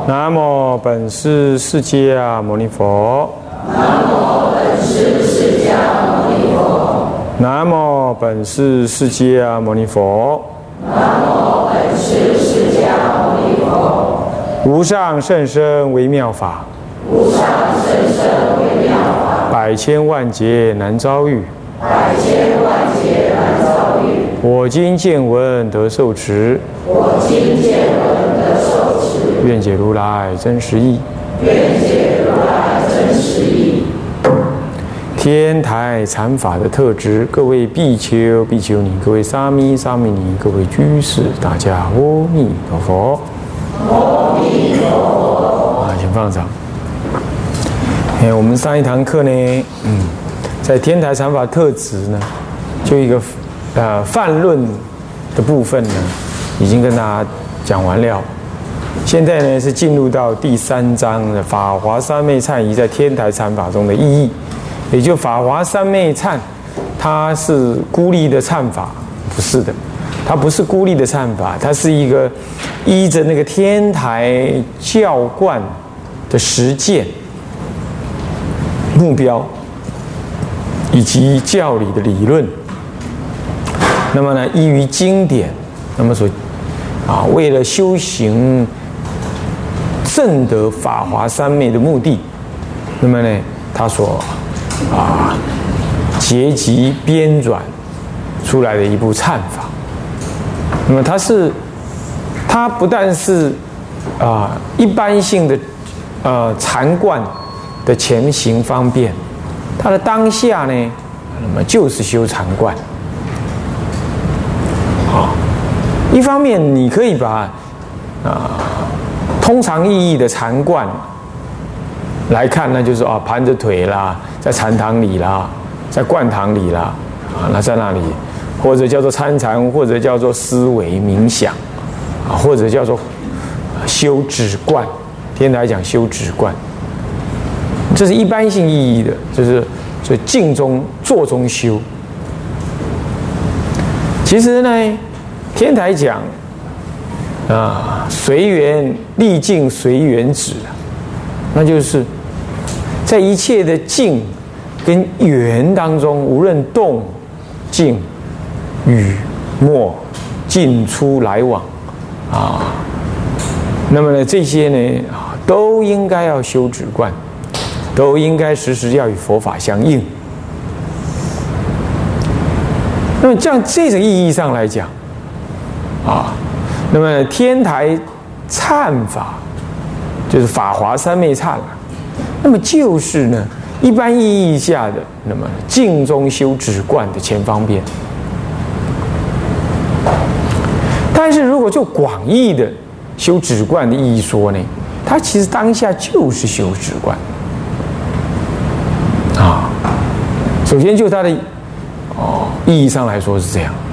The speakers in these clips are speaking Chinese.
南无本师释迦牟尼佛。 南无本师释迦牟尼佛。 南无本师释迦牟尼佛。 南无本师释迦牟尼佛。 无上甚深微妙法， 无上甚深微妙法， 百千万劫难遭遇。 百千万劫难遭遇。 我今见闻得受持， 我今见闻得受持， 愿解如来真实义。 愿解如来真实义。 天台禅法的特质，各位比丘、比丘尼，各位沙弥、沙弥尼，各位居士，大家阿弥陀佛。 阿弥陀佛。 请放掌。我们上一堂课呢，在天台禅法特质呢，就一个泛论的部分呢，已经跟大家讲完了。现在呢是进入到第3章的法华三昧忏仪在天台禅法中的意义，也就法华三昧忏，它是孤立的忏法，不是的，它不是孤立的忏法，它是一个依着那个天台教观的实践目标以及教理的理论，那么呢依于经典，那么为了修行证得法华三昧的目的，那么呢他所结集编纂出来的一部忏法。那么它不但是一般性的禅观的前行方便，它的当下呢，那么就是修禅观。一方面你可以把通常意义的禅观来看，那就是盘着腿啦，在禅堂里啦，在灌堂里啦，那在那里，或者叫做参禅，或者叫做思维冥想，或者叫做修止观。天台讲修止观，这是一般性意义的，就是静中坐中修。其实呢，天台讲随缘立静，随缘止，那就是在一切的静跟缘当中，无论动、静、语、默、进出来往那么呢，这些呢都应该要修止观，都应该时时要与佛法相应。那么这种意义上来讲那么天台忏法就是法华三昧忏那么就是呢一般意义下的那么静中修止观的前方便。但是如果就广义的修止观的意义说呢，它其实当下就是修止观首先就它的意义上来说是这样。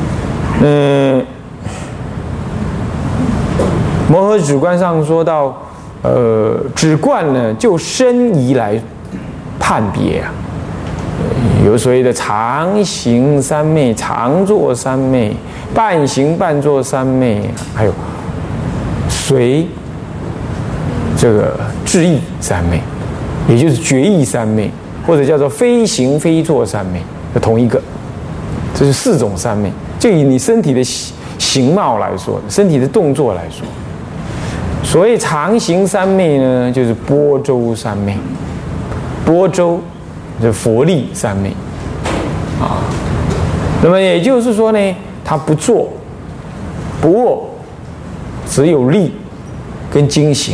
摩诃止观上说到，止观呢就身仪来判别有所谓的常行三昧、常坐三昧、半行半坐三昧，还有随这个智意三昧，也就是觉意三昧，或者叫做非行非坐三昧，是同一个。这是4种三昧，就以你身体的形貌来说，身体的动作来说。所谓常行三昧呢，就是般舟三昧，般舟就是佛力三昧那么也就是说呢，他不坐不卧，只有力跟精行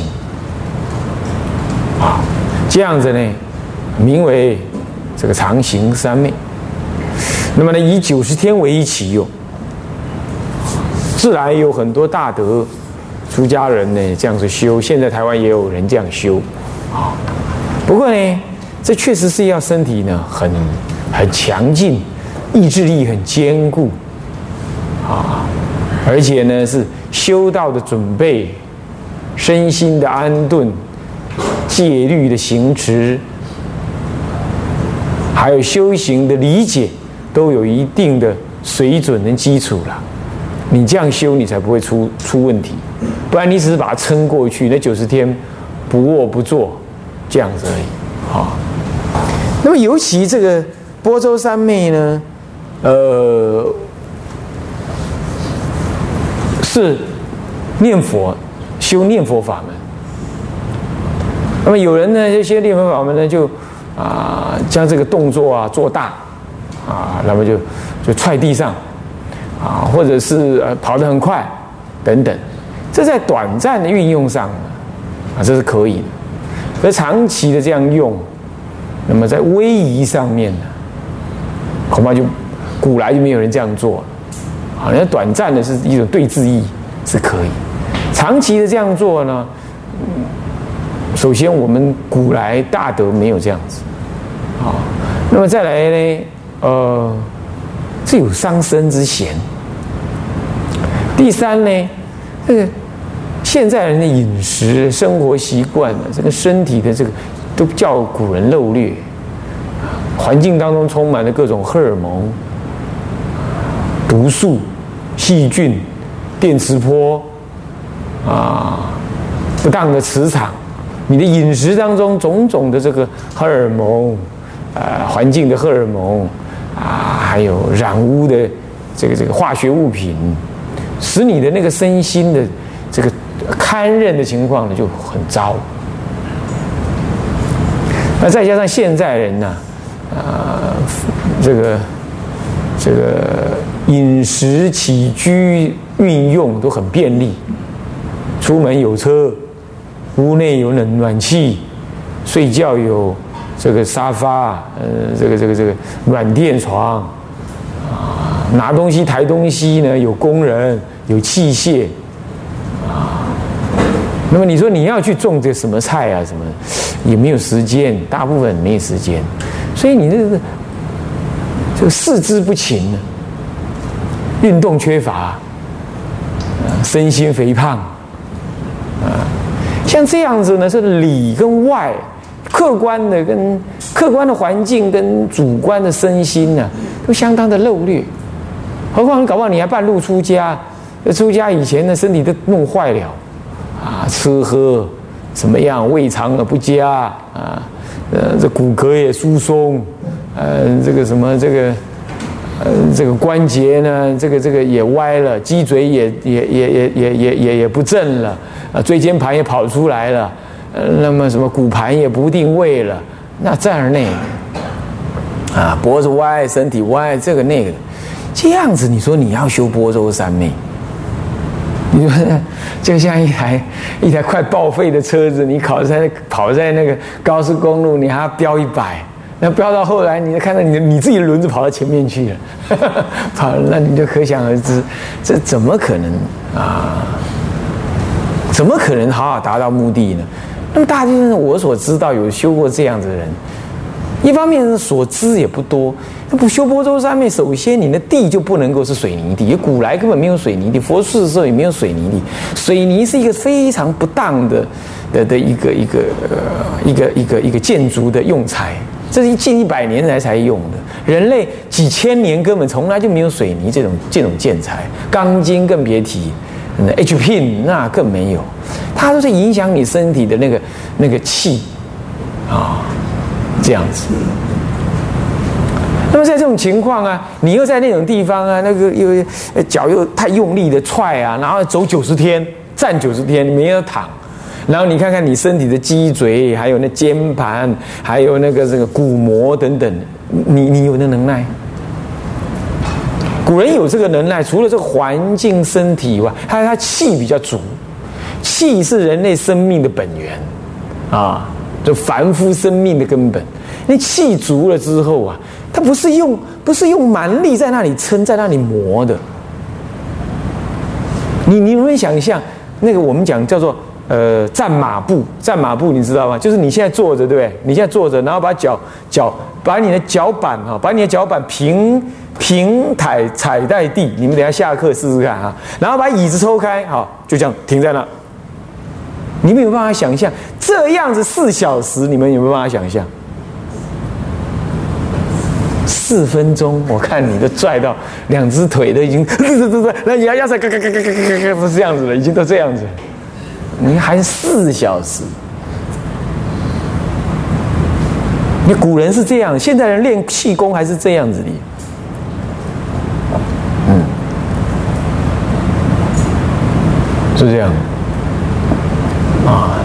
这样子呢名为这个常行三昧。那么呢以90天为一期用，自然有很多大德出家人呢这样子修，现在台湾也有人这样修不过呢这确实是要身体呢很强劲，意志力很坚固而且呢是修道的准备，身心的安顿，戒律的行持，还有修行的理解，都有一定的水准跟基础了。你这样修，你才不会出问题。 不然你只是把它撑过去，那90天不卧不坐这样子而已。好，那么尤其这个波州三昧呢，是念佛修念佛法门。那么有人呢，这些念佛法门呢，就将这个动作做大那么就踹地上或者是跑得很快等等，这在短暂的运用上这是可以的。可是长期的这样用，那么在威仪上面呢，恐怕就古来就没有人这样做了。那短暂的是一种对治意是可以，长期的这样做呢，首先我们古来大德没有这样子那么再来呢，这有伤身之嫌。第三呢，这个现在人的饮食生活习惯这个身体的这个都叫古人漏略，环境当中充满了各种荷尔蒙、毒素、细菌、电磁波不当的磁场，你的饮食当中种种的这个荷尔蒙环境的荷尔蒙还有染污的这个化学物品，使你的那个身心的这个堪任的情况呢就很糟。那再加上现在人呢，这个饮食起居运用都很便利，出门有车，屋内有暖气，睡觉有这个沙发，这个软垫床拿东西抬东西呢有工人有器械那么你说你要去种这什么菜什么也没有时间，大部分没有时间，所以你这个四肢不勤呢，运动缺乏身心肥胖像这样子呢，是里跟外客观的环境跟主观的身心呢都相当的漏略。何况搞不好你还半路出家，出家以前呢身体都弄坏了吃喝怎么样，胃肠不佳这骨骼也疏松这个什么这个关节呢这个也歪了，脊椎也不正了椎间盘也跑出来了那么什么骨盘也不定位了，那这样那个脖子歪身体歪这个那个这样子，你说你要修波州三昧，你说就像一台快报废的车子，你跑在那个高速公路，你还要飙100，那飙到后来，你就看到你自己的轮子跑到前面去了，那你就可想而知，这怎么可能怎么可能好好达到目的呢？那么大部分我所知道有修过这样子的人，一方面所知也不多。不修波州三昧，首先你的地就不能够是水泥地，因为古来根本没有水泥地，佛寺的时候也没有水泥地。水泥是一个非常不当的一个建筑的用材，这是近100年来才用的。人类几千年根本从来就没有水泥这种建材，钢筋更别提，HP 那更没有，它都是影响你身体的那个气这样子。那么在这种情况你又在那种地方那个又脚又太用力的踹然后走90天，站90天，你没有躺，然后你看看你身体的脊椎，还有那肩盘，还有这个骨膜等等，你有那能耐？古人有这个能耐，除了这个环境身体以外，还有他气比较足，气是人类生命的本源就凡夫生命的根本。那气足了之后它不是用蛮力在那里撑，在那里磨的。你能不能想象那个我们讲叫做站马步？站马步你知道吗？就是你现在坐着，对不对？你现在坐着，然后把你的脚板平踩在地。你们等一下下课试试看然后把椅子抽开，就这样停在那。你们有办法想象这样子4小时？你们有没有办法想象？4分钟，我看你都拽到2只腿都已经，那你要不是这样子了，已经都这样子了。 你还4小时。你古人是这样，现在人练气功还是这样子的。是这样啊。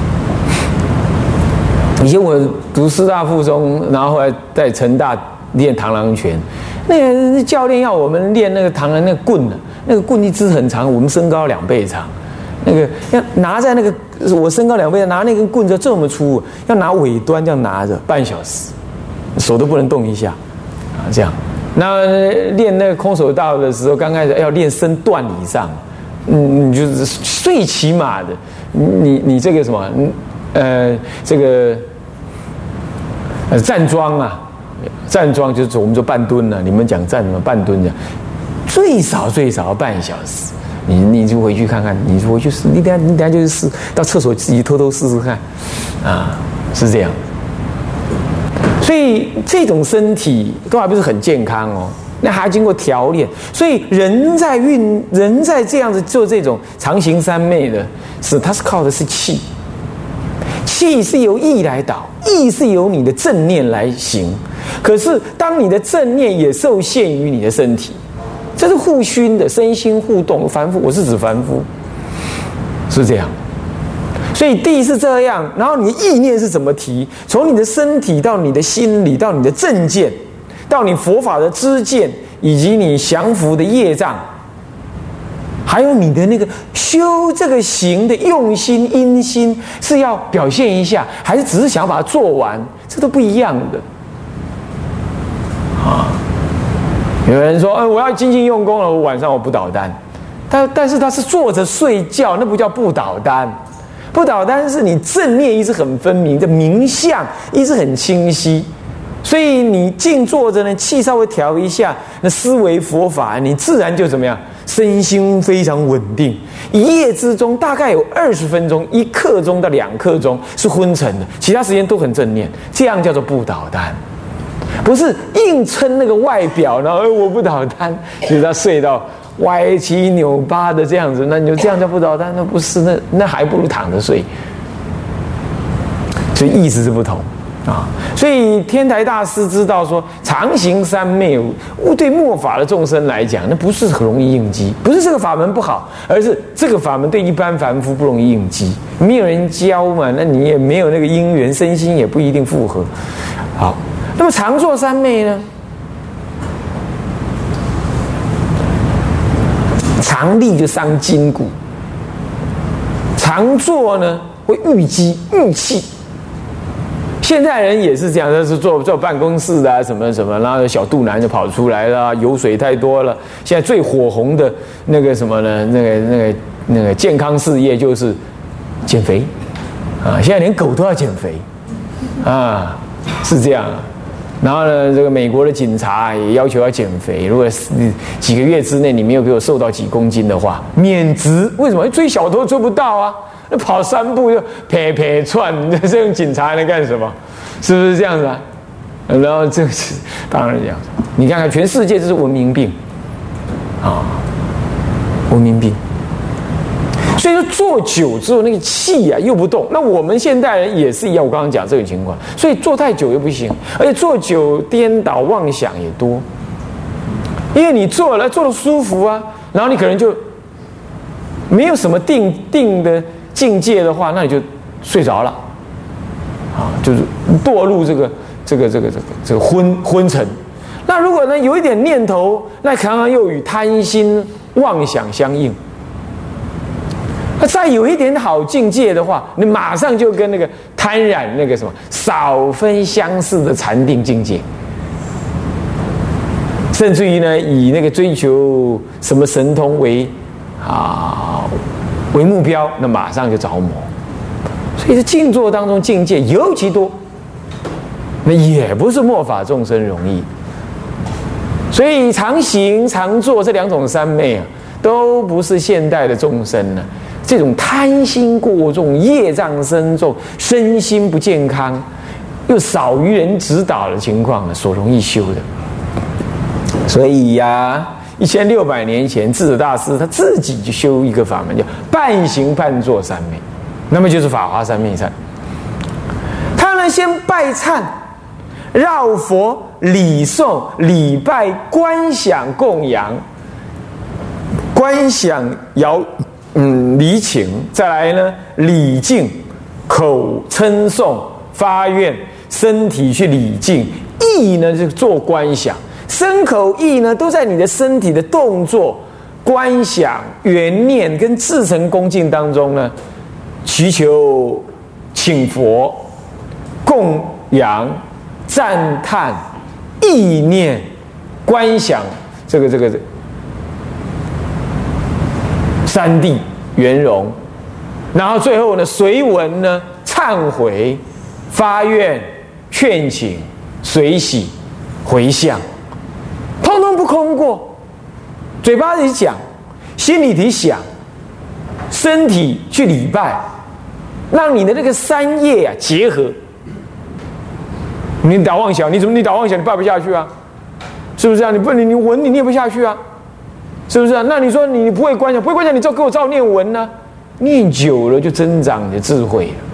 以前我读师大附中，然后后来在成大练螳螂拳，那个教练要我们练那个螳螂那个棍呢，那个棍一支很长，我们身高2倍长，那个要拿在那个我身高2倍，拿那根棍就这么粗，要拿尾端这样拿着半小时，手都不能动一下啊，这样。那练那个空手道的时候，刚开始要练身段以上，你就是最起码的，你这个什么，这个站桩啊，站桩就是我们说半蹲啊，你们讲站什么半蹲的，最少要半小时。你就回去看看，你回去试，你等下就是试，到厕所自己偷偷试试看，啊，是这样。所以这种身体都还不是很健康哦，那还经过调炼。所以人在这样子做这种常行三昧的，它是靠的是气，气是由意来导，意是由你的正念来行。可是当你的正念也受限于你的身体，这是互熏的，身心互动。凡夫，我是指凡夫，是这样。所以地是这样，然后你的意念是怎么提？从你的身体到你的心理，到你的正见，到你佛法的知见，以及你降伏的业障，还有你的那个修这个行的用心因心，是要表现一下，还是只是想要把它做完？这都不一样的啊。有人说，我要精进用功了，我晚上我不倒单，但是他是坐着睡觉，那不叫不倒单。不倒单是你正念一直很分明，的明相一直很清晰，所以你静坐着呢，气稍微调一下，那思维佛法，你自然就怎么样，身心非常稳定。一夜之中大概有20分钟，1刻钟到2刻钟是昏沉的，其他时间都很正念，这样叫做不倒单。不是硬撑那个外表，然后我不倒单，就是他睡到歪七扭八的这样子，那你就这样叫不倒单？那不是，那还不如躺着睡。所以意思是不同啊。所以天台大师知道说，常行三昧，对末法的众生来讲，那不是很容易应机，不是这个法门不好，而是这个法门对一般凡夫不容易应机，没有人教嘛，那你也没有那个因缘，身心也不一定符合。好，那么常坐三昧呢？常立就伤筋骨，常坐呢会郁积郁气。现在人也是这样，就是坐办公室的什么什么，然后小肚腩就跑出来了，油水太多了。现在最火红的那个什么呢？那个健康事业就是减肥啊！现在连狗都要减肥啊，是这样。然后呢，这个美国的警察也要求要减肥，如果几个月之内你没有给我瘦到几公斤的话，免职。为什么？追小偷追不到啊，那跑3步就撇撇窜，这种警察还能干什么？是不是这样子啊？然后这是当然这样。你看看全世界这是文明病啊，文明病。所以说坐久之后那个气啊又不动，那我们现代人也是一样，我刚刚讲这个情况，所以坐太久又不行，而且坐久颠倒妄想也多，因为你坐了舒服啊，然后你可能就没有什么定的境界的话，那你就睡着了，啊，就是堕入这个昏沉。那如果呢有一点念头，那常常又与贪心妄想相应。再有一点好境界的话，你马上就跟那个贪染那个什么少分相似的禅定境界，甚至于呢，以那个追求什么神通为目标，那马上就着魔。所以在静坐当中境界尤其多，那也不是末法众生容易。所以常行常坐这2种三昧啊，都不是现代的众生呢。这种贪心过重、业障深重、身心不健康，又少于人指导的情况呢，所容易修的。所以呀，1600年前，智者大师他自己就修一个法门，叫半行半坐三昧。 那么就是法华三昧忏。他呢先拜忏、绕佛、礼诵、礼拜、观想、供养、观想礼请，再来呢礼敬、口称颂、发愿，身体去礼敬，意呢就做观想，身口意呢都在你的身体的动作、观想、缘念跟至诚恭敬当中呢，祈求、请佛、供养、赞叹、意念、观想，这个三谛圆融，然后最后呢随文呢忏悔、发愿、劝请、随喜、回向，通通不空过，嘴巴里讲，心里想，身体去礼拜，让你的那个三业啊结合。你打妄想，你打妄想，你拜不下去啊？是不是啊？你文你念不下去啊？是不是啊？那你说你不会观想，不会观想，你就给我照念文呢、念久了就增长你的智慧了。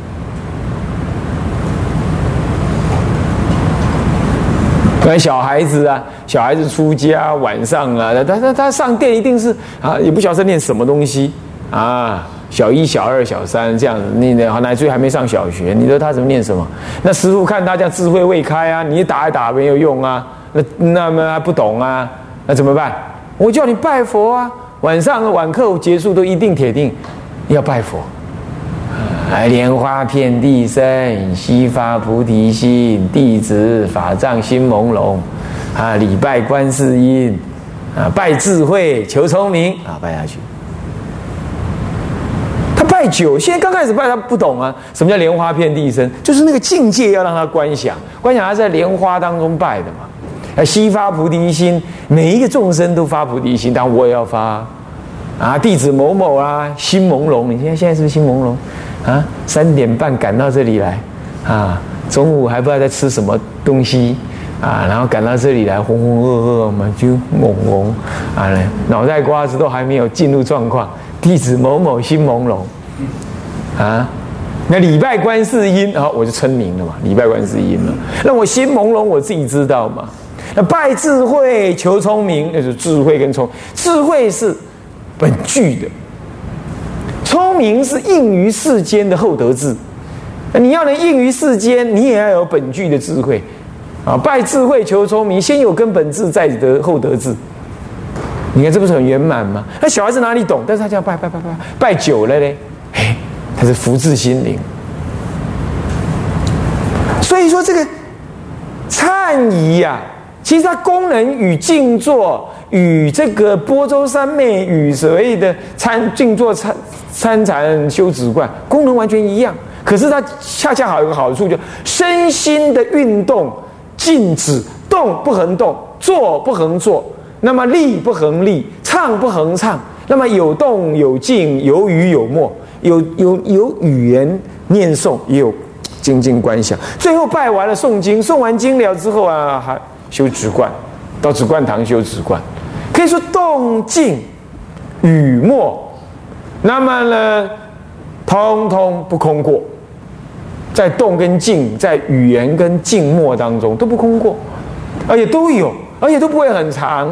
小孩子啊，小孩子出家晚上啊，他上殿一定是啊，也不晓得念什么东西啊。小一、小二、小三这样子，你乃至于还没上小学，你说他怎么念什么？那师父看他这样智慧未开啊，你打一打没有用啊，那么还不懂啊，那怎么办？我叫你拜佛啊，晚上晚课结束都一定铁定要拜佛。莲花遍地生，悉发菩提心，弟子法藏心朦胧啊，礼拜观世音啊，拜智慧求聪明啊，拜下去。他拜久，现在刚开始拜他不懂啊，什么叫莲花遍地生？就是那个境界要让他观想，观想他在莲花当中拜的嘛。悉发菩提心，每一个众生都发菩提心，当然我也要发啊。弟子某某啊，心朦胧，你现在是不是心朦胧啊？3点半赶到这里来啊，中午还不知道在吃什么东西啊，然后赶到这里来浑浑噩噩嘛，就懵懵啊，脑袋瓜子都还没有进入状况。弟子某某心朦胧啊，那礼拜观世音，好，我就称名了嘛，礼拜观世音了。那我心朦胧，我自己知道嘛。那拜智慧求聪明，那就是智慧跟聪，智慧是本具的，聪明是应于世间的后得智。你要能应于世间，你也要有本具的智慧啊。拜智慧求聪明，先有根本智，再得后得智。你看这不是很圆满吗？那小孩子哪里懂？但是他这样拜久了嘞，他是福至心灵。所以说这个忏仪呀，其实它功能与静坐、与这个般舟三昧、与所谓的静坐参禅修止观功能完全一样。可是它恰恰好有个好处，就身心的运动静止，动不恒动，坐不恒坐。那么立不恒立，唱不恒唱，那么有动有静，有语有默，有语言念诵，也有精进观想。最后拜完了诵经，诵完经了之后啊，还修止观，到止观堂修止观。可以说动静语默，那么呢，通通不空过，在动跟静，在语言跟静默当中都不空过，而且都有，而且都不会很长。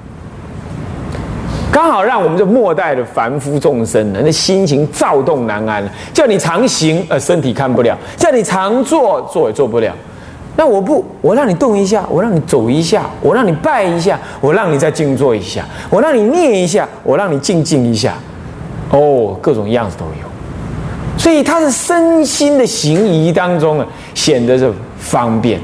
刚好让我们这末代的凡夫众生呢，那心情躁动难安，叫你常行，身体看不了；叫你常坐，坐也做不了。那我让你动一下，我让你走一下，我让你拜一下，我让你再静坐一下，我让你念一下，我让你静一下，各种样子都有。所以他的身心的行仪当中显得是方便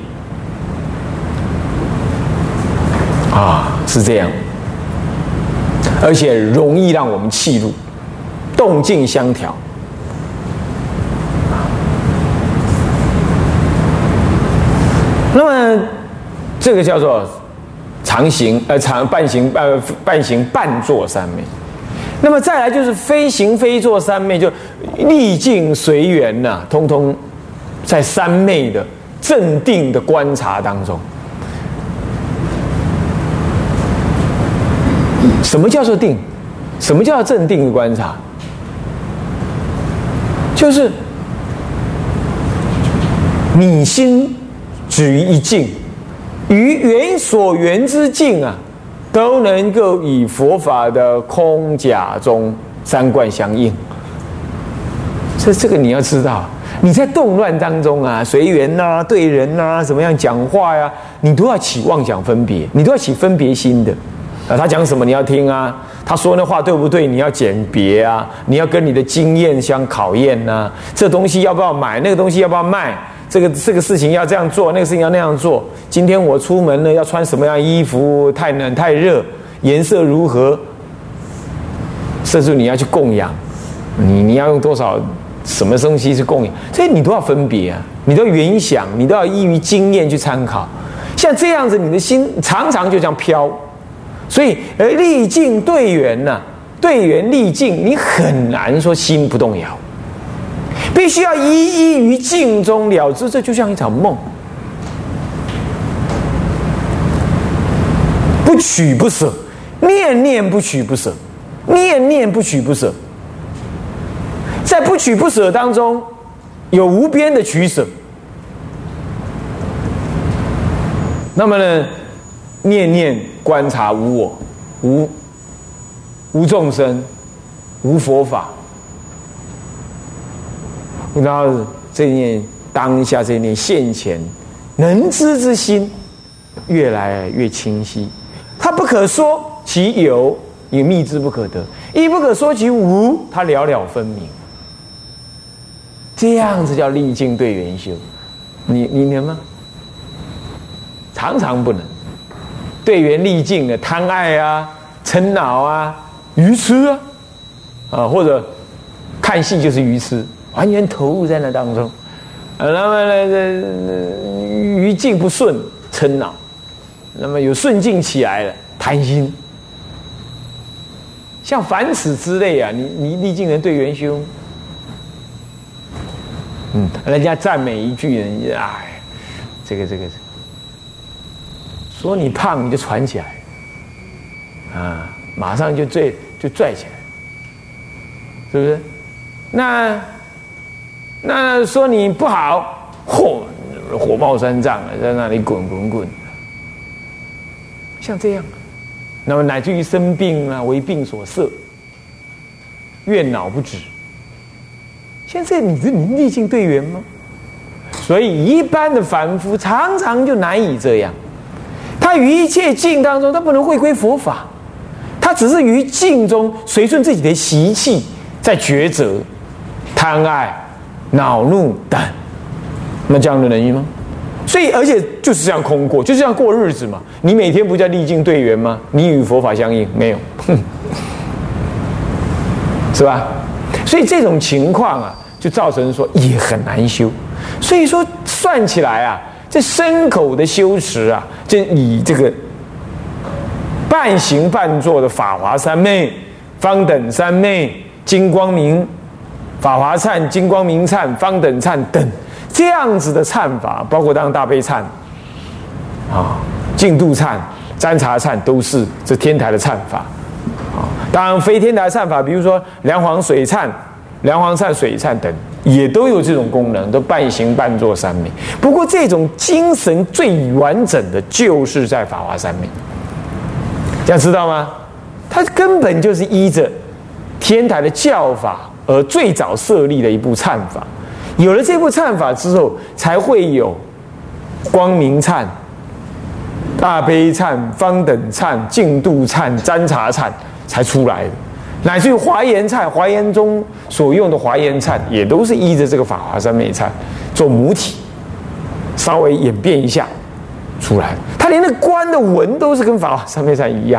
啊，是这样。而且容易让我们契入，动静相调。那么这个叫做常行半行半坐三昧。那么再来就是非行非坐三昧，就历尽随缘呐，通通在三昧的镇定的观察当中。什么叫做定？什么叫镇定的观察？ 就是你心止于一境，于缘所缘之境啊，都能够与佛法的空假中三观相应。这个你要知道，你在动乱当中啊，随缘呐、对人呐、怎么样讲话呀，你都要起妄想分别，你都要起分别心的。他讲什么你要听啊，他说那话对不对，你要鉴别啊，你要跟你的经验相考验呐、这东西要不要买，那个东西要不要卖，这个事情要这样做，那个事情要那样做。今天我出门呢，要穿什么样衣服？太冷太热，颜色如何？甚至你要去供养，你要用多少什么东西去供养，所以你都要分别啊，你都要原想，你都要依于经验去参考。像这样子，你的心常常就这样飘。所以，历境对缘呐，对缘历境，你很难说心不动摇，必须要依于境中了知，这就像一场梦，不取不舍，念念不取不舍，念念不取不舍，在不取不舍当中，有无边的取舍。那么呢，念念观察无我，无众生，无佛法，然后这念当下这念现前能知之心越来越清晰。它不可说其有，也密之不可得；亦不可说其无，它了了分明。这样子叫历境对缘修，你能吗？常常不能。对缘历境的贪爱啊、嗔恼啊、愚痴啊，或者看戏就是愚痴，完全投入在那当中。那么呢，于境不顺，嗔恼；那么有顺境起来了，贪心。像凡此之类啊，你历境人对缘修，人家赞美一句，人家哎，这个。说你胖你就喘起来，啊，马上就拽起来，是不是？那说你不好，火冒三丈了，在那里滚，像这样，那么乃至于生病啊，为病所摄，怨恼不止。现在你历境对缘吗？所以一般的凡夫常常就难以这样。他于一切境当中，他不能回归佛法，他只是于境中随顺自己的习气在抉择、贪爱、恼怒等，那这样的能吗？所以，而且就是这样空过，就是这样过日子嘛。你每天不叫历境对缘吗？你与佛法相应没有？是吧？所以这种情况啊，就造成说也很难修。所以说算起来啊。这身口的修持啊，就以这个半行半坐的法华三昧、方等三昧、金光明、法华忏、金光明忏、方等忏等这样子的忏法，包括当然大悲忏啊、净土忏、占察忏，都是这天台的忏法啊。当然非天台忏法，比如说梁皇水忏、梁皇忏、水忏等。也都有这种功能，都半行半坐三昧。不过这种精神最完整的，就是在法华三昧。这样知道吗？它根本就是依着天台的教法而最早设立的一部忏法。有了这部忏法之后，才会有光明忏、大悲忏、方等忏、净土忏、占察忏才出来的。乃至于华严忏，华严中所用的华严忏，也都是依着这个法华三昧忏做母体，稍微演变一下出来。它连那观的文都是跟法华三昧忏一样，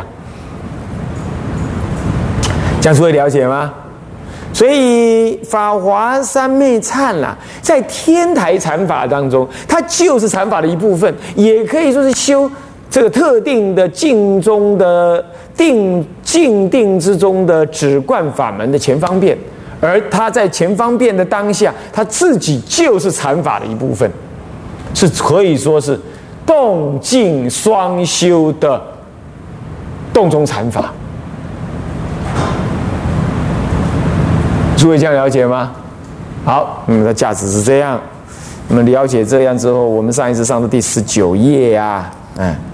这样诸位了解吗？所以法华三昧忏啦，在天台禅法当中，它就是禅法的一部分，也可以说是修这个特定的境中的静定之中的止观法门的前方便，而他在前方便的当下，他自己就是禅法的一部分，是可以说是动静双修的动中禅法。诸位这样了解吗？ 好，那么它价值是这样。那么了解这样之后，我们上一次上到第19页啊，